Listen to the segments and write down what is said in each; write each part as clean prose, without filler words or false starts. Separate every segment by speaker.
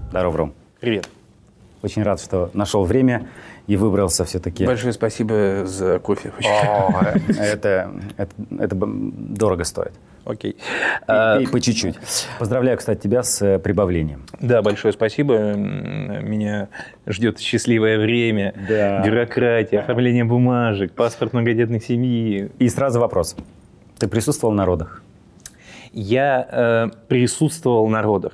Speaker 1: Здорово, Ром.
Speaker 2: Привет.
Speaker 1: Очень рад, что нашел время и выбрался все-таки.
Speaker 2: Большое спасибо за кофе.
Speaker 1: Это дорого стоит.
Speaker 2: Окей.
Speaker 1: И по чуть-чуть. Поздравляю, кстати, тебя с прибавлением.
Speaker 2: Да, большое спасибо. Меня ждет счастливое время, бюрократия, оформление бумажек, паспорт многодетной семьи.
Speaker 1: И сразу вопрос. Ты присутствовал на родах?
Speaker 2: Я присутствовал на родах.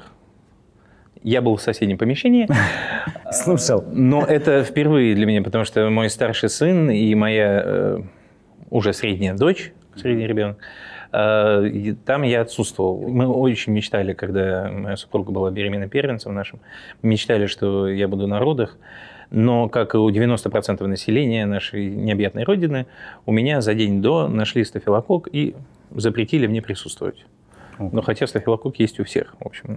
Speaker 2: Я был в соседнем помещении.
Speaker 1: Слушал.
Speaker 2: Но это впервые для меня, потому что мой старший сын и моя уже средняя дочь, средний ребенок, там я отсутствовал. Мы очень мечтали, когда моя супруга была беременна первенцем нашим, мечтали, что я буду на родах. Но, как и у 90% населения нашей необъятной родины, у меня за день до нашли стафилококк и запретили мне присутствовать. Но хотя стафилококк есть у всех, в общем.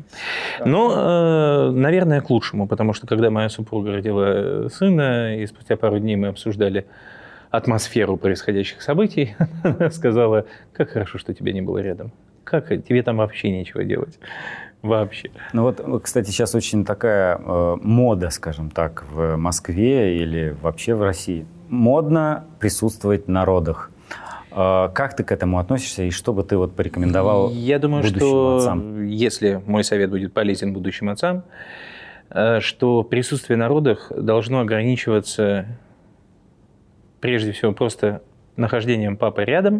Speaker 2: Но, наверное, к лучшему, потому что когда моя супруга родила сына, и спустя пару дней мы обсуждали атмосферу происходящих событий, она сказала: как хорошо, что тебя не было рядом. Как тебе там вообще нечего делать? Вообще.
Speaker 1: Ну вот, кстати, сейчас очень такая мода, скажем так, в Москве или вообще в России. Модно присутствовать на родах. Как ты к этому относишься и что бы ты вот порекомендовал будущим отцам?
Speaker 2: Я думаю, что если мой совет будет полезен будущим отцам, что присутствие на родах должно ограничиваться прежде всего просто нахождением папы рядом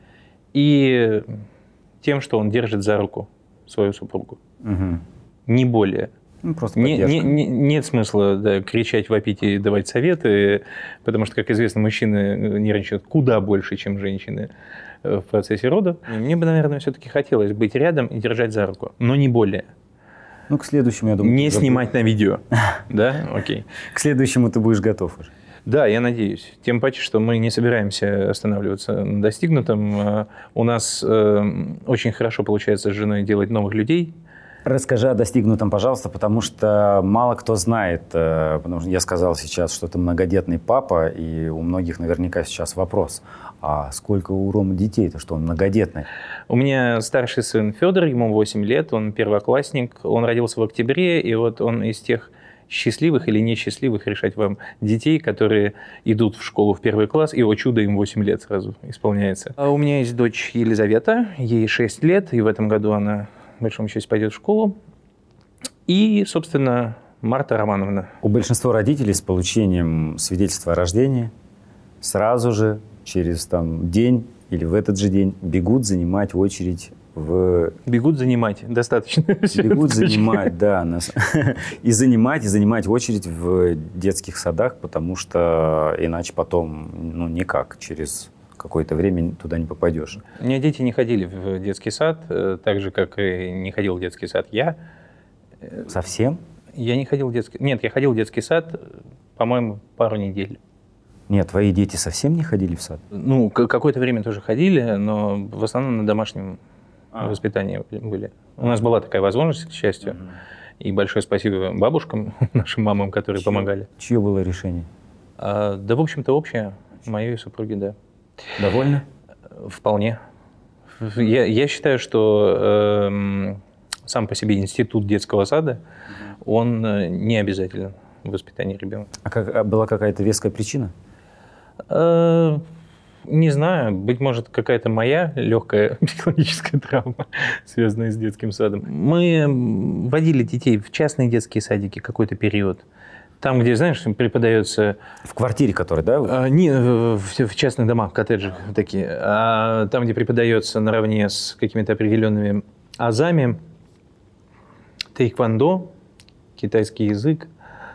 Speaker 2: и тем, что он держит за руку свою супругу. Угу. Не более.
Speaker 1: Просто
Speaker 2: нет смысла кричать, вопить и давать советы, потому что, как известно, мужчины нервничают куда больше, чем женщины в процессе родов. Мне бы, наверное, все-таки хотелось быть рядом и держать за руку, но не более.
Speaker 1: Ну, к следующему, я думаю...
Speaker 2: Не снимать на видео. Да? Окей.
Speaker 1: К следующему ты будешь готов уже.
Speaker 2: Да, я надеюсь. Тем паче, что мы не собираемся останавливаться на достигнутом. У нас очень хорошо получается с женой делать новых людей.
Speaker 1: Расскажи о достигнутом, пожалуйста, потому что мало кто знает, потому что я сказал сейчас, что ты многодетный папа, и у многих наверняка сейчас вопрос, а сколько у Ромы детей-то, что он многодетный?
Speaker 2: У меня старший сын Федор, ему 8 лет, он первоклассник, он родился в октябре, и вот он из тех счастливых или несчастливых, решать вам, детей, которые идут в школу в первый класс, и, о чудо, им 8 лет сразу исполняется. А у меня есть дочь Елизавета, ей 6 лет, и в этом году она... в большом счете пойдет в школу. И, собственно, Марта Романовна.
Speaker 1: У большинства родителей с получением свидетельства о рождении сразу же, через день или в этот же день, бегут занимать очередь в...
Speaker 2: Бегут занимать, достаточно.
Speaker 1: Бегут занимать, да. И занимать очередь в детских садах, потому что иначе потом, никак, через... какое-то время туда не попадешь.
Speaker 2: У меня дети не ходили в детский сад, так же, как и не ходил в детский сад я.
Speaker 1: Совсем?
Speaker 2: Я не ходил в детский... Нет, я ходил в детский сад, по-моему, пару недель.
Speaker 1: Нет, твои дети совсем не ходили в сад?
Speaker 2: Ну, какое-то время тоже ходили, но в основном на домашнем воспитании были. У нас была такая возможность, к счастью. И большое спасибо бабушкам, нашим мамам, которые помогали.
Speaker 1: Чье было решение?
Speaker 2: Да, в общем-то, общее. Моей супруги, да.
Speaker 1: Довольны?
Speaker 2: Вполне. Я считаю, что сам по себе институт детского сада, он не обязателен в воспитании ребенка.
Speaker 1: А была какая-то веская причина?
Speaker 2: Не знаю. Быть может, какая-то моя легкая психологическая травма, связанная с детским садом. Мы водили детей в частные детские садики какой-то период. Там, где, знаешь, преподается...
Speaker 1: В квартире, которая, да?
Speaker 2: Не, в частных домах, коттеджах такие. А там, где преподается наравне с какими-то определенными азами, тэйквондо, китайский язык.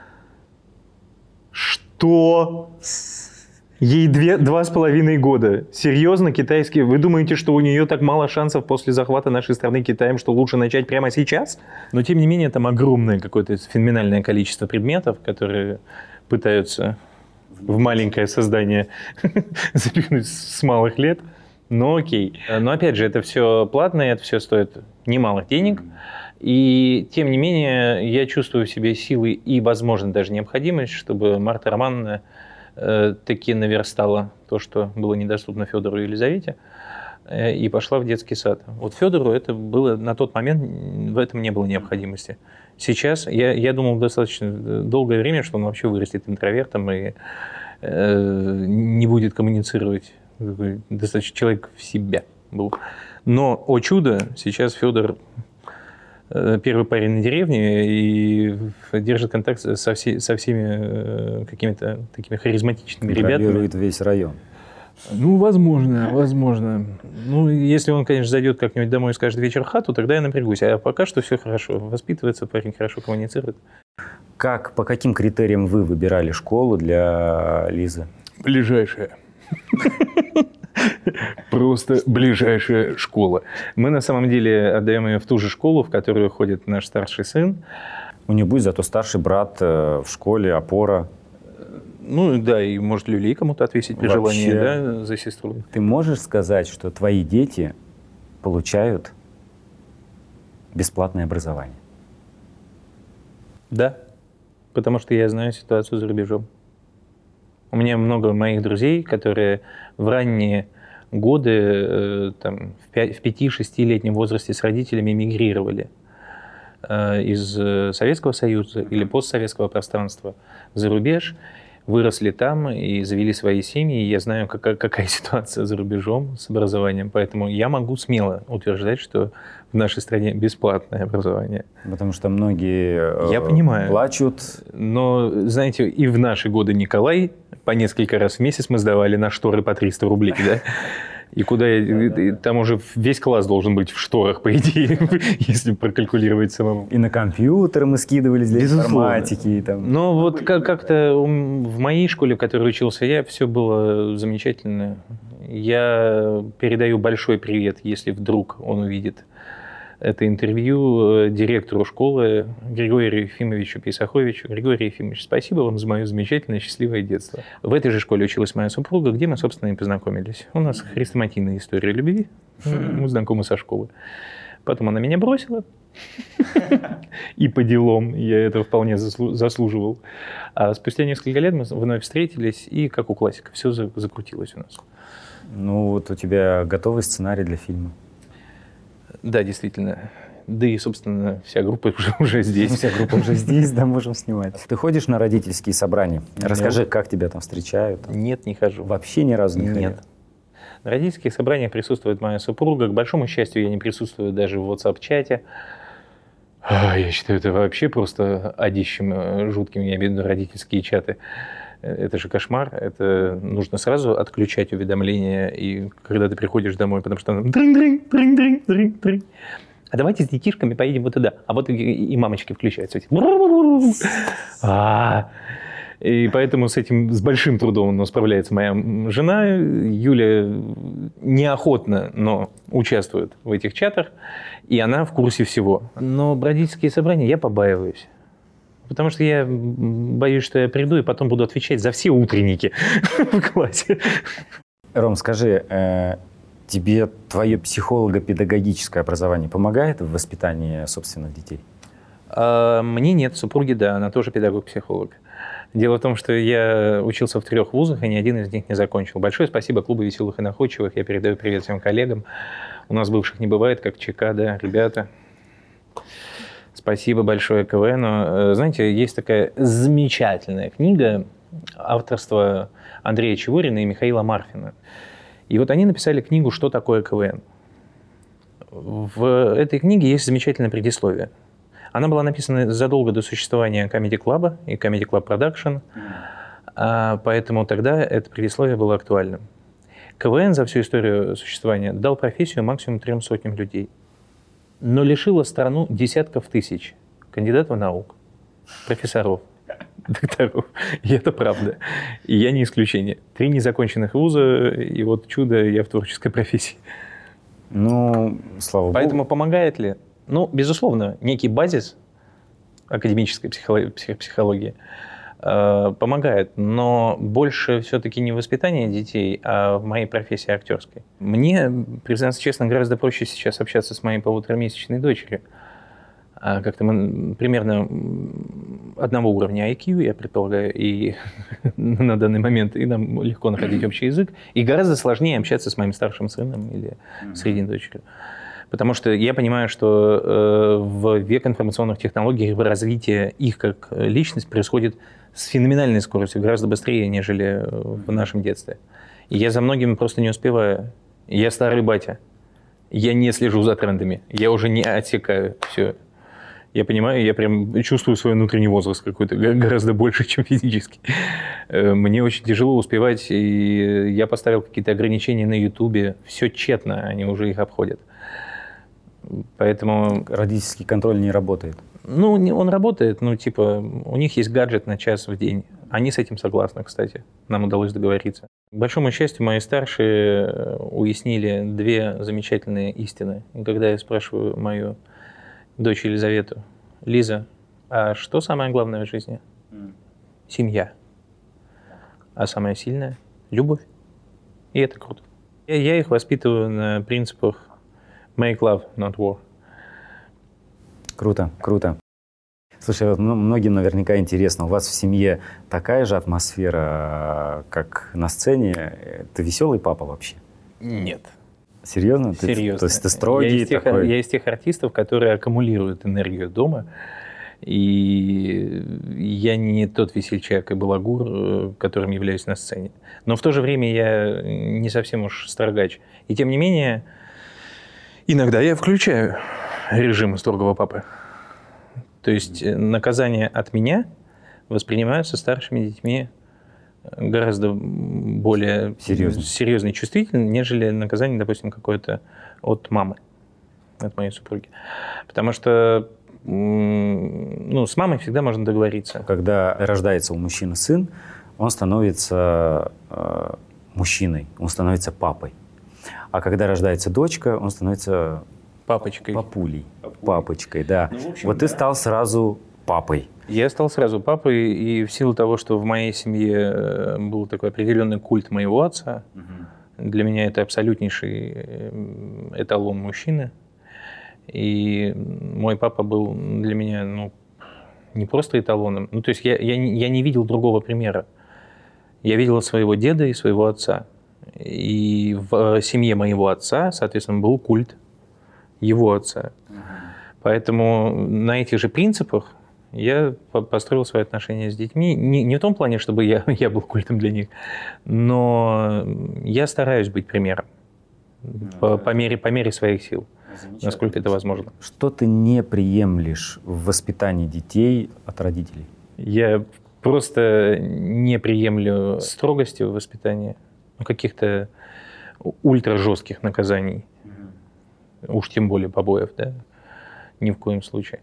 Speaker 2: Что? Ей 2,5 года. Серьезно, китайский? Вы думаете, что у нее так мало шансов после захвата нашей страны Китаем, что лучше начать прямо сейчас? Но, тем не менее, там огромное какое-то феноменальное количество предметов, которые пытаются в маленькое создание запихнуть с малых лет. Но окей. Но, опять же, это все платно, это все стоит немалых денег. И, тем не менее, я чувствую в себе силы и, возможно, даже необходимость, чтобы Марта Романовна таки наверстала то, что было недоступно Федору и Елизавете. и пошла в детский сад. Вот Федору это было на тот момент, в этом не было необходимости. Сейчас я думал достаточно долгое время, что он вообще вырастет интровертом и не будет коммуницировать. Достаточно человек в себя был. Но, о чудо, сейчас Федор первый парень на деревне и держит контакт со всеми какими-то такими харизматичными ребятами.
Speaker 1: Контролирует весь район.
Speaker 2: Ну, возможно. Ну, если он, конечно, зайдет как-нибудь домой и скажет вечер в хату, тогда я напрягусь. А пока что все хорошо. Воспитывается парень, хорошо коммуницирует.
Speaker 1: По каким критериям вы выбирали школу для Лизы?
Speaker 2: Ближайшая. Просто ближайшая школа. Мы на самом деле отдаем ее в ту же школу, в которую ходит наш старший сын.
Speaker 1: У нее будет зато старший брат в школе, опора.
Speaker 2: Ну да, и может люлей кому-то отвесить при желании, да, за сестру.
Speaker 1: Ты можешь сказать, что твои дети получают бесплатное образование?
Speaker 2: Да, потому что я знаю ситуацию за рубежом. У меня много моих друзей, которые в ранние годы, там, в 5-6-летнем возрасте с родителями мигрировали из Советского Союза или постсоветского пространства за рубеж, выросли там и завели свои семьи. Я знаю, какая ситуация за рубежом с образованием, поэтому я могу смело утверждать, что в нашей стране бесплатное образование.
Speaker 1: Потому что многие
Speaker 2: я понимаю,
Speaker 1: плачут.
Speaker 2: Но, знаете, и в наши годы, Николай, по несколько раз в месяц мы сдавали на шторы по 300 рублей, да? И куда там уже весь класс должен быть в шторах, по идее, если прокалькулировать самому.
Speaker 1: И на компьютер мы скидывались для информатики.
Speaker 2: Но вот как-то в моей школе, в которой учился я, все было замечательно. Я передаю большой привет, если вдруг он увидит это интервью, директору школы Григорию Ефимовичу Писаховичу. Григорий Ефимович, спасибо вам за мое замечательное, счастливое детство. В этой же школе училась моя супруга, где мы, собственно, и познакомились. У нас хрестоматийная история любви. Мы знакомы со школы. Потом она меня бросила. И по делам я это вполне заслуживал. А спустя несколько лет мы вновь встретились, и, как у классика, все закрутилось у нас.
Speaker 1: Ну, вот у тебя готовый сценарий для фильма.
Speaker 2: Да, действительно. Да и, собственно, вся группа уже здесь.
Speaker 1: Вся группа уже здесь, да, можем снимать. Ты ходишь на родительские собрания? Расскажи, как тебя там встречают?
Speaker 2: Нет, не хожу.
Speaker 1: Вообще ни разу не ходил?
Speaker 2: Нет. На родительских собраниях присутствует моя супруга. К большому счастью, я не присутствую даже в WhatsApp-чате. Я считаю, это вообще просто адищем жутким. Я имею в виду родительские чаты. Это же кошмар. Это нужно сразу отключать уведомления, и когда ты приходишь домой, потому что там дрынь-дрынь. А давайте с детишками поедем вот туда. А вот и мамочки включаются. И поэтому с этим с большим трудом справляется моя жена. Юля неохотно, но участвует в этих чатах, и она в курсе всего. Но родительские собрания я побаиваюсь. Потому что я боюсь, что я приду и потом буду отвечать за все утренники в классе.
Speaker 1: Ром, скажи, тебе твое психолого-педагогическое образование помогает в воспитании собственных детей?
Speaker 2: Мне нет, супруге да, она тоже педагог-психолог. Дело в том, что я учился в 3 вузах, и ни один из них не закончил. Большое спасибо клубу веселых и находчивых. Я передаю привет всем коллегам. У нас бывших не бывает, как ЧК, да, ребята. Спасибо большое КВН. Знаете, есть такая замечательная книга авторства Андрея Чевурина и Михаила Марфина. И вот они написали книгу «Что такое КВН?». В этой книге есть замечательное предисловие. Она была написана задолго до существования Comedy Club и Comedy Club Production, поэтому тогда это предисловие было актуальным. КВН за всю историю существования дал профессию максимум 300 людей, но лишила страну десятков тысяч кандидатов наук, профессоров, докторов. И это правда. И я не исключение. 3 незаконченных вуза, и вот чудо, я в творческой профессии.
Speaker 1: Ну, слава богу.
Speaker 2: Поэтому помогает ли? Ну, безусловно, некий базис академической психологии помогает, но больше все-таки не в воспитании детей, а в моей профессии актерской. Мне, признаться честно, гораздо проще сейчас общаться с моей 1,5-месячной дочерью. как-то мы примерно одного уровня IQ, я предполагаю, и на данный момент и нам легко находить общий язык, и гораздо сложнее общаться с моим старшим сыном или средней дочерью. Потому что я понимаю, что в век информационных технологий развитие их как личность происходит с феноменальной скоростью, гораздо быстрее, нежели в нашем детстве. И я за многими просто не успеваю. Я старый батя. Я не слежу за трендами. Я уже не отсекаю все. Я понимаю, я прям чувствую свой внутренний возраст какой-то гораздо больше, чем физически. Мне очень тяжело успевать, и я поставил какие-то ограничения на Ютубе. Все тщетно, они уже их обходят. Поэтому...
Speaker 1: Родительский контроль не работает.
Speaker 2: Ну, он работает, ну, типа, у них есть гаджет на час в день. Они с этим согласны, кстати. Нам удалось договориться. К большому счастью, мои старшие уяснили две замечательные истины. И когда я спрашиваю мою дочь Елизавету: Лиза, а что самое главное в жизни? Семья. А самое сильное – любовь. И это круто. Я их воспитываю на принципах make love, not war.
Speaker 1: Круто, круто. Слушай, вот многим наверняка интересно, у вас в семье такая же атмосфера, как на сцене? Ты веселый папа вообще?
Speaker 2: Нет.
Speaker 1: Серьезно?
Speaker 2: Серьезно.
Speaker 1: То есть ты строгий такой?
Speaker 2: Я из тех артистов, которые аккумулируют энергию дома. И я не тот весельчак и балагур, которым являюсь на сцене. Но в то же время я не совсем уж строгач. И тем не менее, иногда я включаю режим строгого папы. То есть наказания от меня воспринимаются старшими детьми гораздо более серьезно и чувствительно, нежели наказание, допустим, какое-то от мамы, от моей супруги. Потому что с мамой всегда можно договориться.
Speaker 1: Когда рождается у мужчины сын, он становится мужчиной, он становится папой. А когда рождается дочка, он становится
Speaker 2: папочкой.
Speaker 1: Папочкой, да. Вот ты стал сразу папой.
Speaker 2: Я стал сразу папой, и в силу того, что в моей семье был такой определенный культ моего отца, для меня это абсолютнейший эталон мужчины. И мой папа был для меня, не просто эталоном. То есть я не видел другого примера. Я видел своего деда и своего отца. И в семье моего отца, соответственно, был культ его отца. Поэтому на этих же принципах я построил свои отношения с детьми. Не в том плане, чтобы я был культом для них, но я стараюсь быть примером по мере своих сил, насколько это возможно.
Speaker 1: Что ты не приемлешь в воспитании детей от родителей?
Speaker 2: Я просто не приемлю строгости в воспитании, каких-то ультра жестких наказаний. Уж тем более побоев, да, ни в коем случае.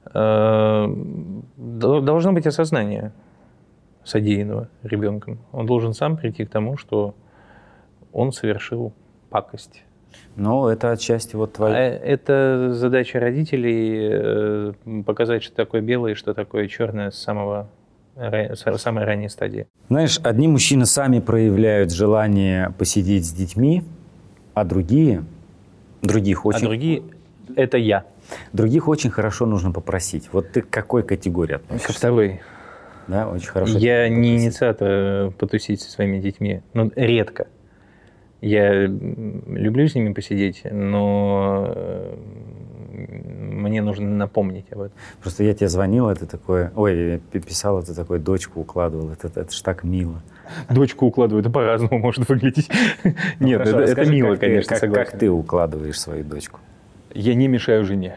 Speaker 2: Должно быть осознание содеянного ребенком. Он должен сам прийти к тому, что он совершил пакость.
Speaker 1: Но это отчасти вот твоя...
Speaker 2: Это задача родителей показать, что такое белое и что такое черное с самой ранней стадии.
Speaker 1: Знаешь, одни мужчины сами проявляют желание посидеть с детьми, а других
Speaker 2: это я.
Speaker 1: Других очень хорошо нужно попросить. Вот ты к какой категории относишься?
Speaker 2: Ко второй.
Speaker 1: Да, очень хорошо.
Speaker 2: Я не инициатор потусить со своими детьми. Редко. Я люблю с ними посидеть, но мне нужно напомнить об этом.
Speaker 1: Просто я тебе звонил, это такое... Ой, я писал, это такое, дочку укладывал. Это ж так мило.
Speaker 2: Дочку укладываю, это по-разному может выглядеть. Нет, это мило, конечно, согласен.
Speaker 1: Как ты укладываешь свою дочку?
Speaker 2: Я не мешаю жене.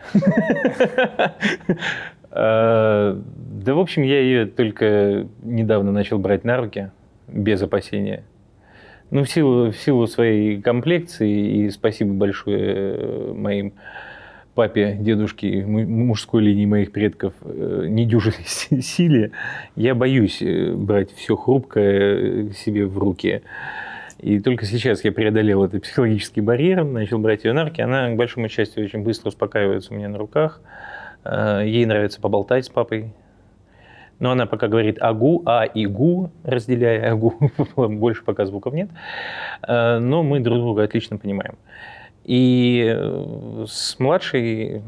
Speaker 2: Да, в общем, я ее только недавно начал брать на руки, без опасения. В силу своей комплекции, и спасибо большое моим папе, дедушке, мужской линии моих предков, недюжинной силе, я боюсь брать все хрупкое себе в руки. И только сейчас я преодолел этот психологический барьер, начал брать ее на руки. Она, к большому счастью, очень быстро успокаивается у меня на руках. Ей нравится поболтать с папой. Но она пока говорит агу, а и гу, разделяя агу. Больше пока звуков нет. Но мы друг друга отлично понимаем. И с младшей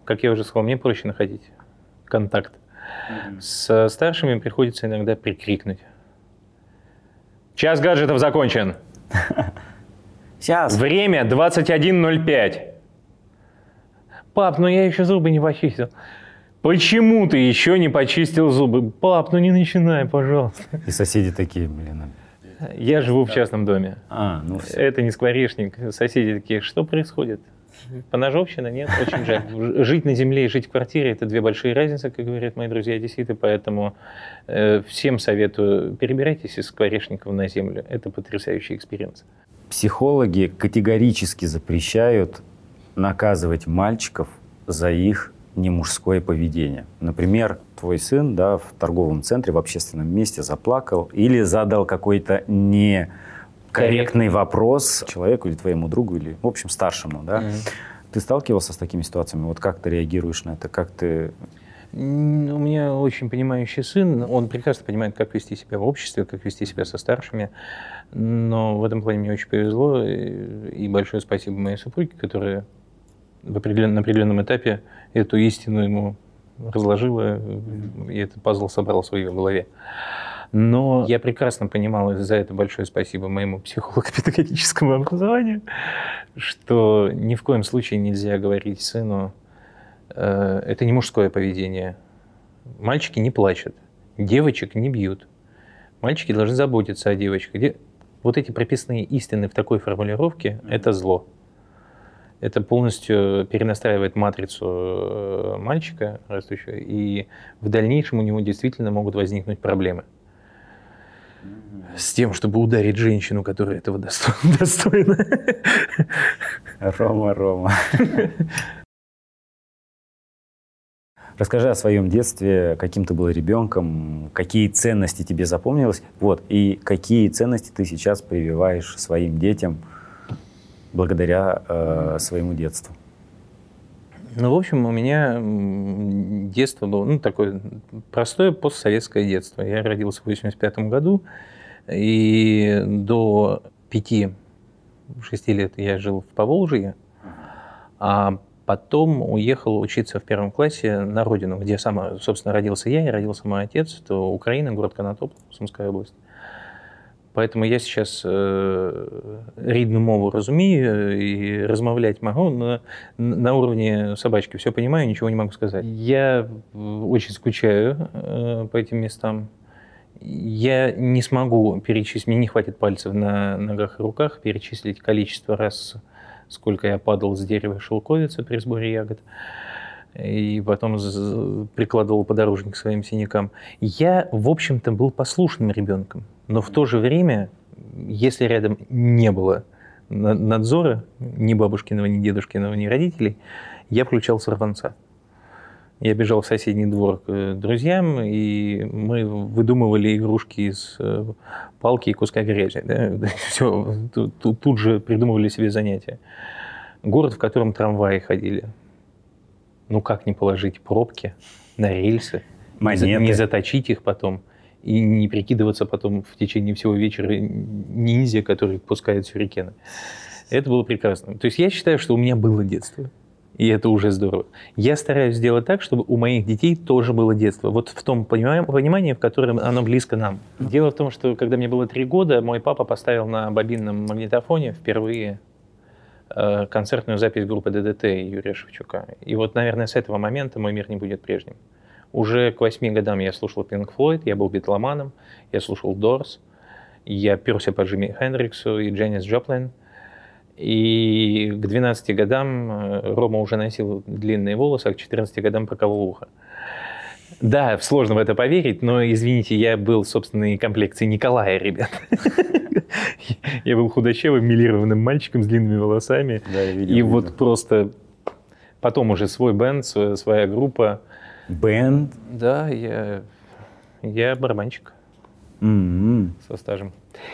Speaker 2: как я уже сказал, мне проще находить контакт. С старшими приходится иногда прикрикнуть. Час гаджетов закончен.
Speaker 1: Сейчас.
Speaker 2: Время 21:05. Пап, ну я еще зубы не почистил. Почему ты еще не почистил зубы? Пап, ну не начинай, пожалуйста.
Speaker 1: И соседи такие, блин.
Speaker 2: Я живу в частном доме.
Speaker 1: Ну все.
Speaker 2: Это не скворечник. Соседи такие, что происходит? Поножовщина? Нет, очень жаль. Жить на земле и жить в квартире – это две большие разницы, как говорят мои друзья-одесситы, поэтому всем советую, перебирайтесь из скворечников на землю. Это потрясающий экспириенс.
Speaker 1: Психологи категорически запрещают наказывать мальчиков за их немужское поведение. Например, твой сын, да, в торговом центре, в общественном месте заплакал или задал какой-то некорректный вопрос человеку или твоему другу, или, в общем, старшему, да? Ты сталкивался с такими ситуациями? Вот как ты реагируешь на это? Как ты...
Speaker 2: У меня очень понимающий сын, он прекрасно понимает, как вести себя в обществе, как вести себя со старшими, но в этом плане мне очень повезло, и большое спасибо моей супруге, которая на определенном этапе эту истину ему разложила, и этот пазл собрал в своей голове. Но я прекрасно понимал, и за это большое спасибо моему психолого-педагогическому образованию, что ни в коем случае нельзя говорить сыну, это не мужское поведение. Мальчики не плачут, девочек не бьют. Мальчики должны заботиться о девочках. Вот эти прописные истины в такой формулировке – это зло. Это полностью перенастраивает матрицу мальчика растущего, и в дальнейшем у него действительно могут возникнуть проблемы с тем, чтобы ударить женщину, которая этого достойна.
Speaker 1: Рома. Расскажи о своем детстве, каким ты был ребенком, какие ценности тебе запомнилось, вот, и какие ценности ты сейчас прививаешь своим детям благодаря своему детству.
Speaker 2: Ну, в общем, у меня детство было такое простое постсоветское детство. Я родился в 1985 году, и до 5-6 лет я жил в Поволжье, а потом уехал учиться в 1 классе на родину, где сам, собственно, родился я и родился мой отец. Это Украина, город Конотоп, Сумская область. Поэтому я сейчас рідну мову разумею и размовлять могу, но на уровне собачки все понимаю, ничего не могу сказать. Я очень скучаю по этим местам. Я не смогу перечислить, мне не хватит пальцев на ногах и руках, перечислить количество раз, сколько я падал с дерева шелковицы при сборе ягод, и потом прикладывал подорожник к своим синякам. Я, в общем-то, был послушным ребенком, но в то же время, если рядом не было надзора, ни бабушкиного, ни дедушкиного, ни родителей, я включал сорванца. Я бежал в соседний двор к друзьям, и мы выдумывали игрушки из палки и куска грязи. Да? Все, тут же придумывали себе занятия. Город, в котором трамваи ходили. Ну как не положить пробки на рельсы, не заточить их потом и не прикидываться потом в течение всего вечера ниндзя, который пускает сюрикены. Это было прекрасно. То есть я считаю, что у меня было детство. И это уже здорово. Я стараюсь сделать так, чтобы у моих детей тоже было детство. Вот в том понимании, в котором оно близко нам. Дело в том, что когда мне было 3 года, мой папа поставил на бобинном магнитофоне впервые концертную запись группы ДДТ Юрия Шевчука. И вот, наверное, с этого момента мой мир не будет прежним. Уже к 8 годам я слушал Pink Floyd, я был битломаном, я слушал Doors, я перся по Джимми Хендриксу и Дженнис Джоплин. И к 12 годам Рома уже носил длинные волосы, а к 14 годам проколол ухо. Да, сложно в это поверить, но, извините, я был собственной комплекции Николая, ребят. Я был худощавым, милированным мальчиком с длинными волосами.
Speaker 1: Да, я видел.
Speaker 2: И вот просто потом уже свой бэнд, своя группа.
Speaker 1: Бэнд?
Speaker 2: Да, я барабанщик со стажем.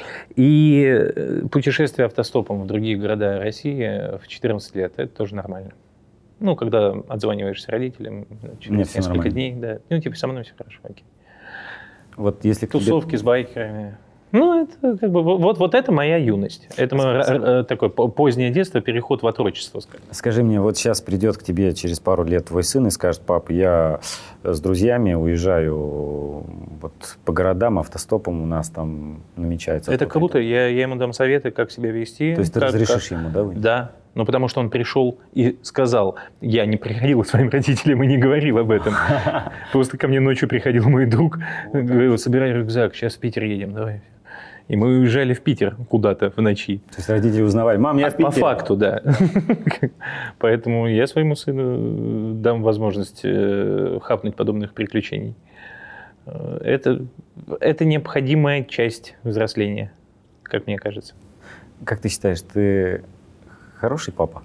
Speaker 2: И путешествие автостопом в другие города России в 14 лет – это тоже нормально. Ну, когда отзваниваешься родителям через несколько дней. Да. Ну, типа, со мной все хорошо. Окей.
Speaker 1: Вот если
Speaker 2: тусовки с байкерами. Ну, это как бы вот это моя юность. Это мое такое позднее детство, переход в отрочество, скажем.
Speaker 1: Скажи мне, вот сейчас придет к тебе через пару лет твой сын и скажет: пап, я с друзьями уезжаю вот по городам, автостопом, у нас там намечается.
Speaker 2: Это круто, я ему дам советы, как себя вести.
Speaker 1: То есть ты разрешишь ему, да?
Speaker 2: Да. Ну, потому что он пришел и сказал: я не приходил к своим родителям и не говорил об этом. Просто ко мне ночью приходил мой друг, говорил: собирай рюкзак, сейчас в Питер едем, давай. И мы уезжали в Питер куда-то в ночи.
Speaker 1: То есть родители узнавали: мам, я в Питере.
Speaker 2: По факту, да. Поэтому я своему сыну дам возможность хапнуть подобных приключений. Это необходимая часть взросления, как мне кажется.
Speaker 1: Как ты считаешь, ты хороший папа?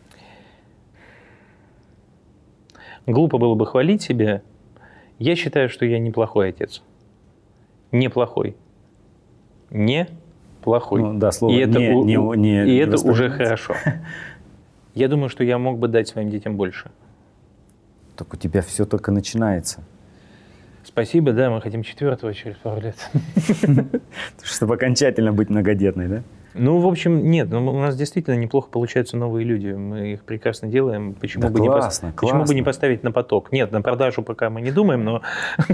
Speaker 2: Глупо было бы хвалить себя. Я считаю, что я неплохой отец. Неплохой. Неплохой.
Speaker 1: Ну, да, слово
Speaker 2: и это,
Speaker 1: не
Speaker 2: и это уже хорошо. Я думаю, что я мог бы дать своим детям больше.
Speaker 1: Так у тебя все только начинается.
Speaker 2: Спасибо, да, мы хотим 4-го через пару лет.
Speaker 1: Чтобы окончательно быть многодетной, да?
Speaker 2: Ну, в общем, нет, у нас действительно неплохо получаются новые люди. Мы их прекрасно делаем. Почему бы не поставить на поток? Нет, на продажу пока мы не думаем, но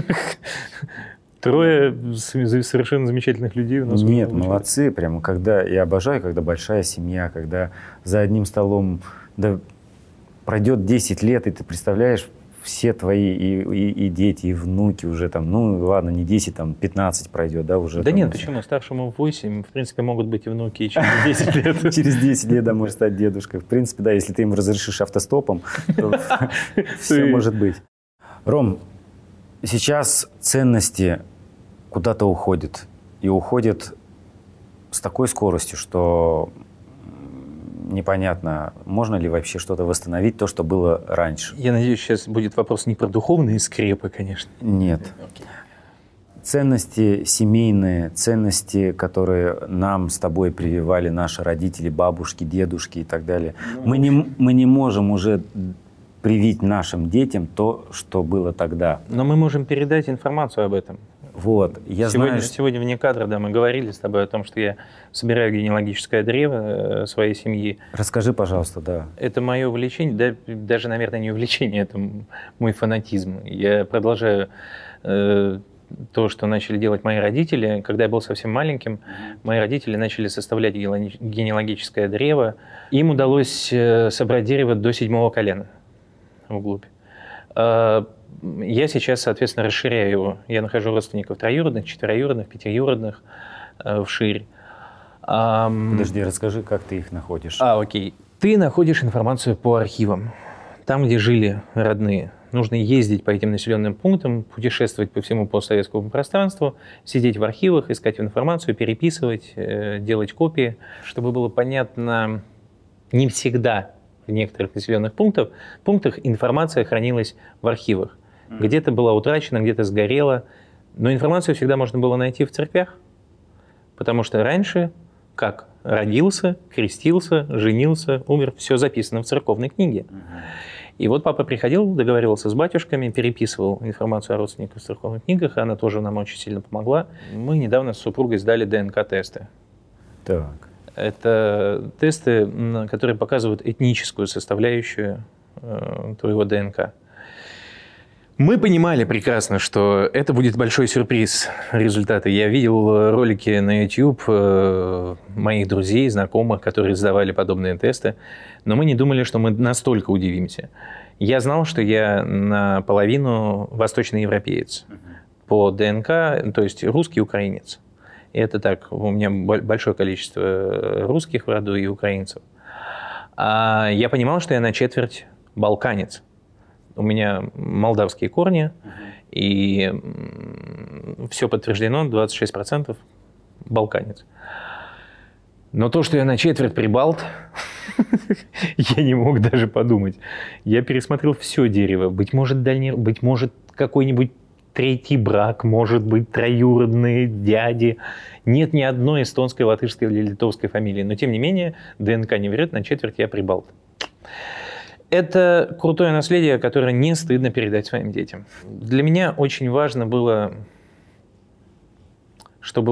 Speaker 2: 3 совершенно замечательных людей у нас.
Speaker 1: Нет, молодцы. Прямо когда я обожаю, когда большая семья, когда за одним столом пройдет 10 лет, и ты представляешь, все твои и дети, и внуки уже там, ну ладно, не 10, там 15 пройдет, да, уже.
Speaker 2: Да нет, почему? Старшему 8, в принципе, могут быть и внуки и через 10 лет.
Speaker 1: Через 10 лет, да, может стать дедушкой. В принципе, да, если ты им разрешишь автостопом, то все может быть. Ром, сейчас ценности куда-то уходят. И уходят с такой скоростью, что непонятно, можно ли вообще что-то восстановить, то, что было раньше.
Speaker 2: Я надеюсь, сейчас будет вопрос не про духовные скрепы, конечно.
Speaker 1: Нет. Ценности семейные, ценности, которые нам с тобой прививали наши родители, бабушки, дедушки и так далее. Мы не можем уже привить нашим детям то, что было тогда.
Speaker 2: Но мы можем передать информацию об этом.
Speaker 1: Вот.
Speaker 2: Сегодня вне кадра, да, мы говорили с тобой о том, что я собираю генеалогическое древо своей семьи.
Speaker 1: Расскажи, пожалуйста, да.
Speaker 2: Это мое увлечение, да, даже, наверное, не увлечение, это мой фанатизм. Я продолжаю то, что начали делать мои родители. Когда я был совсем маленьким, мои родители начали составлять генеалогическое древо. Им удалось собрать дерево до 7-го колена вглубь. Я сейчас, соответственно, расширяю его. Я нахожу родственников троюродных, четвероюродных, пятиюродных вширь.
Speaker 1: Подожди, расскажи, как ты их находишь.
Speaker 2: Окей. Ты находишь информацию по архивам. Там, где жили родные. Нужно ездить по этим населенным пунктам, путешествовать по всему постсоветскому пространству, сидеть в архивах, искать информацию, переписывать, делать копии. Чтобы было понятно, не всегда в некоторых населенных пунктах информация хранилась в архивах. Где-то была утрачена, где-то сгорела. Но информацию всегда можно было найти в церквях. Потому что раньше, как родился, крестился, женился, умер, все записано в церковной книге. И вот папа приходил, договаривался с батюшками, переписывал информацию о родственниках в церковных книгах, и она тоже нам очень сильно помогла. Мы недавно с супругой сдали ДНК-тесты.
Speaker 1: Так.
Speaker 2: Это тесты, которые показывают этническую составляющую твоего ДНК. Мы понимали прекрасно, что это будет большой сюрприз результаты. Я видел ролики на YouTube моих друзей, знакомых, которые сдавали подобные тесты, но мы не думали, что мы настолько удивимся. Я знал, что я наполовину восточный европеец по ДНК, то есть русский украинец. И это так, у меня большое количество русских в роду и украинцев. А я понимал, что я на четверть балканец. У меня молдавские корни, и все подтверждено, 26% балканец. Но то, что я на четверть прибалт, я не мог даже подумать. Я пересмотрел все дерево. Быть может, какой-нибудь третий брак, может быть, троюродные дяди. Нет ни одной эстонской, латышской или литовской фамилии. Но, тем не менее, ДНК не врет, на четверть я прибалт. Это крутое наследие, которое не стыдно передать своим детям. Для меня очень важно было, чтобы вот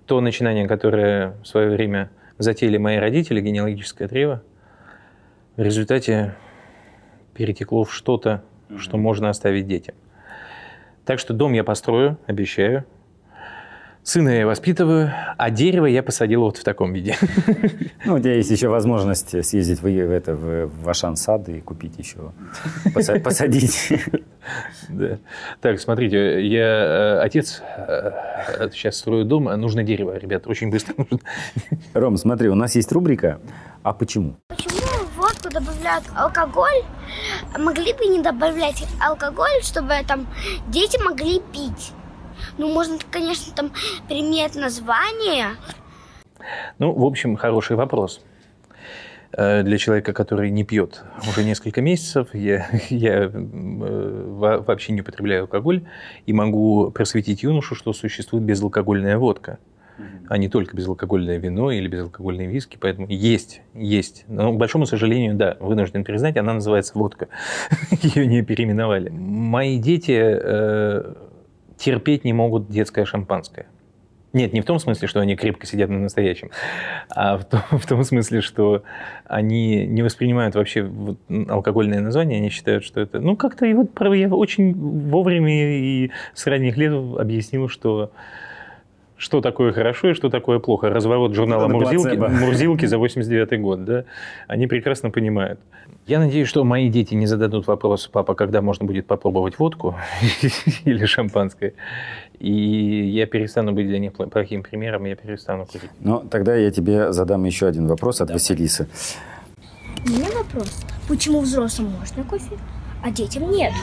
Speaker 2: то начинание, которое в свое время затеяли мои родители, генеалогическое древо, в результате перетекло в что-то, что можно оставить детям. Так что дом я построю, обещаю. Сына я воспитываю, а дерево я посадил вот в таком виде.
Speaker 1: Ну, у тебя есть еще возможность съездить в Ашан-сад и купить еще, посадить.
Speaker 2: Да. Так, смотрите, я отец, сейчас строю дом, нужно дерево, ребят, очень быстро нужно.
Speaker 1: Ром, смотри, у нас есть рубрика «А почему?».
Speaker 3: Почему в водку добавляют алкоголь? Могли бы не добавлять алкоголь, чтобы там дети могли пить? Ну, можно, конечно, там применять название.
Speaker 2: Ну, в общем, хороший вопрос. Для человека, который не пьет уже несколько месяцев, я вообще не употребляю алкоголь и могу просветить юношу, что существует безалкогольная водка, а не только безалкогольное вино или безалкогольные виски. Поэтому есть. Но, к большому сожалению, да, вынужден признать, она называется водка. Ее не переименовали. Мои дети терпеть не могут детское шампанское. Нет, не в том смысле, что они крепко сидят на настоящем, а в том смысле, что они не воспринимают вообще вот алкогольное название, они считают, что это... Ну, как-то и вот я очень вовремя и с ранних лет объяснил, что такое хорошо и что такое плохо. Разворот журнала «Мурзилки» за 89-й год, да? Они прекрасно понимают. Я надеюсь, что мои дети не зададут вопрос: папа, когда можно будет попробовать водку или шампанское? И я перестану быть для них плохим примером, я перестану курить.
Speaker 1: Ну, тогда я тебе задам еще один вопрос от Василисы.
Speaker 3: У меня вопрос. Почему взрослым можно кофе, а детям нет?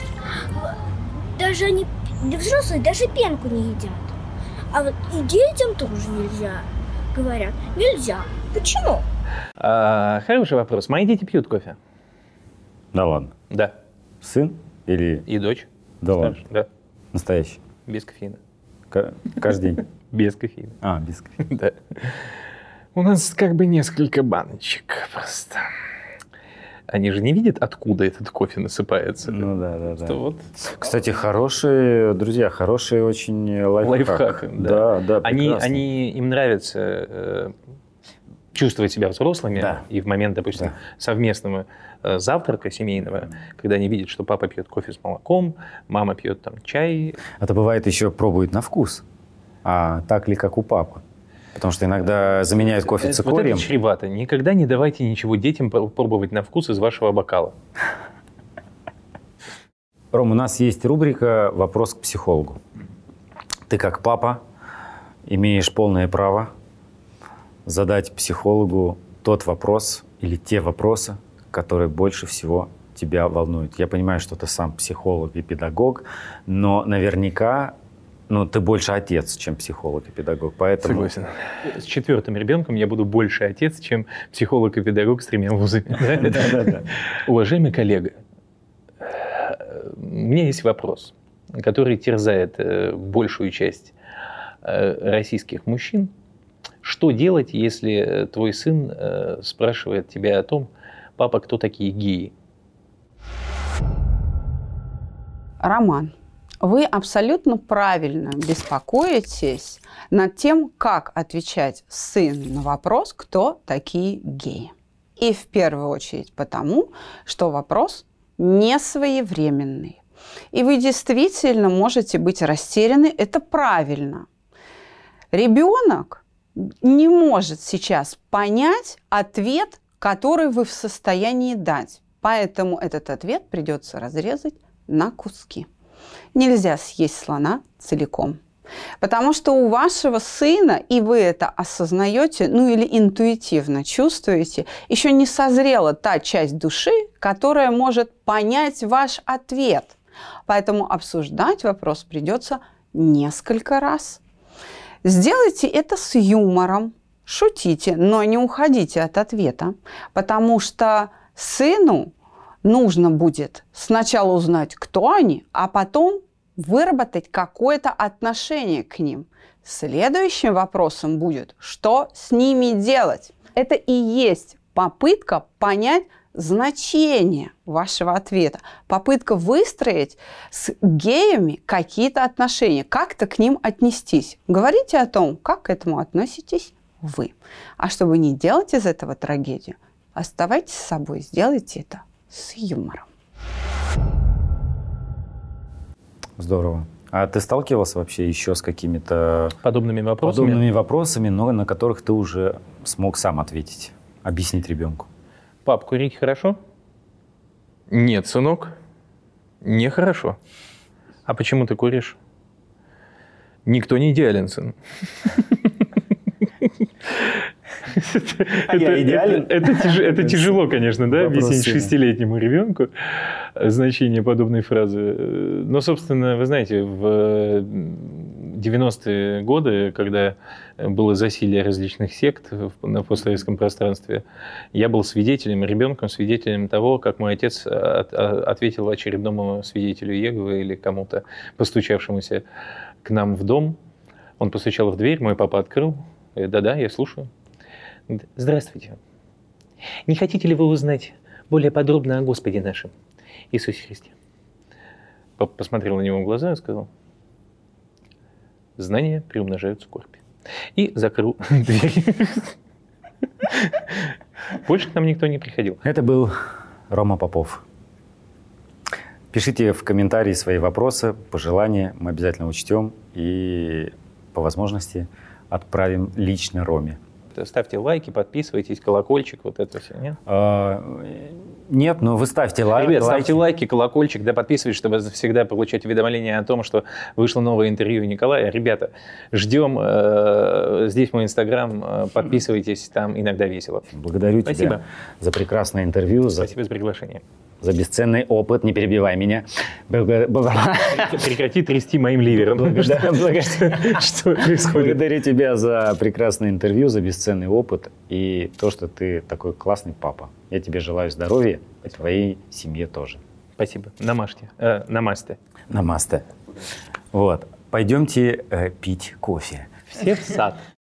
Speaker 3: Даже взрослые даже пенку не едят. А вот и детям тоже нельзя. Говорят, нельзя. Почему?
Speaker 2: Хороший вопрос. Мои дети пьют кофе.
Speaker 1: Да ладно?
Speaker 2: Да.
Speaker 1: Сын или...
Speaker 2: И дочь.
Speaker 1: Да ладно?
Speaker 2: Да.
Speaker 1: Настоящий?
Speaker 2: Без кофеина.
Speaker 1: Каждый день?
Speaker 2: Без кофеина.
Speaker 1: Без кофеина.
Speaker 2: Да. У нас как бы несколько баночек просто. Они же не видят, откуда этот кофе насыпается.
Speaker 1: Ну да.
Speaker 2: Вот.
Speaker 1: Кстати, друзья, хороший очень лайфхак. Да,
Speaker 2: Им нравится чувствовать себя взрослыми. Да. И в момент, допустим, совместного завтрака семейного, когда они видят, что папа пьет кофе с молоком, мама пьет там чай.
Speaker 1: А то бывает еще пробует на вкус. А так ли, как у папы? Потому что иногда заменяют кофе цикорием.
Speaker 2: Вот это чревато. Никогда не давайте ничего детям пробовать на вкус из вашего бокала.
Speaker 1: Ром, у нас есть рубрика «Вопрос к психологу». Ты как папа имеешь полное право задать психологу тот вопрос или те вопросы, которые больше всего тебя волнуют. Я понимаю, что ты сам психолог и педагог, но наверняка ты больше отец, чем психолог и педагог. Поэтому...
Speaker 2: Согласен. С 4-м ребенком я буду больше отец, чем психолог и педагог с 3 вузами.
Speaker 1: Да.
Speaker 2: Уважаемый коллега, у меня есть вопрос, который терзает большую часть российских мужчин. Что делать, если твой сын спрашивает тебя о том: папа, кто такие геи?
Speaker 4: Роман, вы абсолютно правильно беспокоитесь над тем, как отвечать сыну на вопрос, кто такие геи. И в первую очередь потому, что вопрос не своевременный. И вы действительно можете быть растеряны, это правильно. Ребенок не может сейчас понять ответ, который вы в состоянии дать. Поэтому этот ответ придется разрезать на куски. Нельзя съесть слона целиком. Потому что у вашего сына, и вы это осознаете, или интуитивно чувствуете, еще не созрела та часть души, которая может понять ваш ответ. Поэтому обсуждать вопрос придется несколько раз. Сделайте это с юмором, шутите, но не уходите от ответа, потому что сыну нужно будет сначала узнать, кто они, а потом выработать какое-то отношение к ним. Следующим вопросом будет, что с ними делать. Это и есть попытка понять значение вашего ответа. Попытка выстроить с геями какие-то отношения, как-то к ним отнестись. Говорите о том, как к этому относитесь вы. А чтобы не делать из этого трагедию, оставайтесь с собой, сделайте это с юмором.
Speaker 1: Здорово. А ты сталкивался вообще еще с какими-то
Speaker 2: Подобными
Speaker 1: вопросами, но на которых ты уже смог сам ответить, объяснить ребенку?
Speaker 2: Пап, курить хорошо? Нет, сынок, нехорошо. А почему ты куришь? Никто не идеален, сын.
Speaker 1: Я идеален?
Speaker 2: Это тяжело, конечно, да, объяснить 6-летнему ребенку значение подобной фразы. Но, собственно, вы знаете, в 90-е годы, когда было засилие различных сект на постсоветском пространстве, я был свидетелем, ребенком, свидетелем того, как мой отец ответил очередному свидетелю Иеговы или кому-то, постучавшемуся к нам в дом. Он постучал в дверь, мой папа открыл. Да-да, я слушаю. Здравствуйте. Не хотите ли вы узнать более подробно о Господе нашем Иисусе Христе? Папа посмотрел на него в глаза и сказал: знания приумножают скорбь. И закрыл дверь. Больше к нам никто не приходил.
Speaker 1: Это был Рома Попов. Пишите в комментарии свои вопросы, пожелания. Мы обязательно учтем и по возможности отправим лично Роме.
Speaker 2: Ставьте лайки, подписывайтесь, колокольчик, вот это все, нет?
Speaker 1: Нет, но вы ставьте лайки.
Speaker 2: Ребят, ставьте лайки, колокольчик, да, подписывайтесь, чтобы всегда получать уведомления о том, что вышло новое интервью Николая. Ребята, ждем. Здесь мой Инстаграм, подписывайтесь, там иногда весело.
Speaker 1: Благодарю тебя за прекрасное интервью.
Speaker 2: Спасибо за приглашение.
Speaker 1: За бесценный опыт, не перебивай меня.
Speaker 2: Прекрати трясти моим ливером. Что происходит?
Speaker 1: Благодарю тебя за прекрасное интервью, за бесценный опыт и то, что ты такой классный папа. Я тебе желаю здоровья, и твоей семье тоже.
Speaker 2: Спасибо. Намасте.
Speaker 1: Намасте. Вот. Пойдемте пить кофе.
Speaker 2: Все в сад.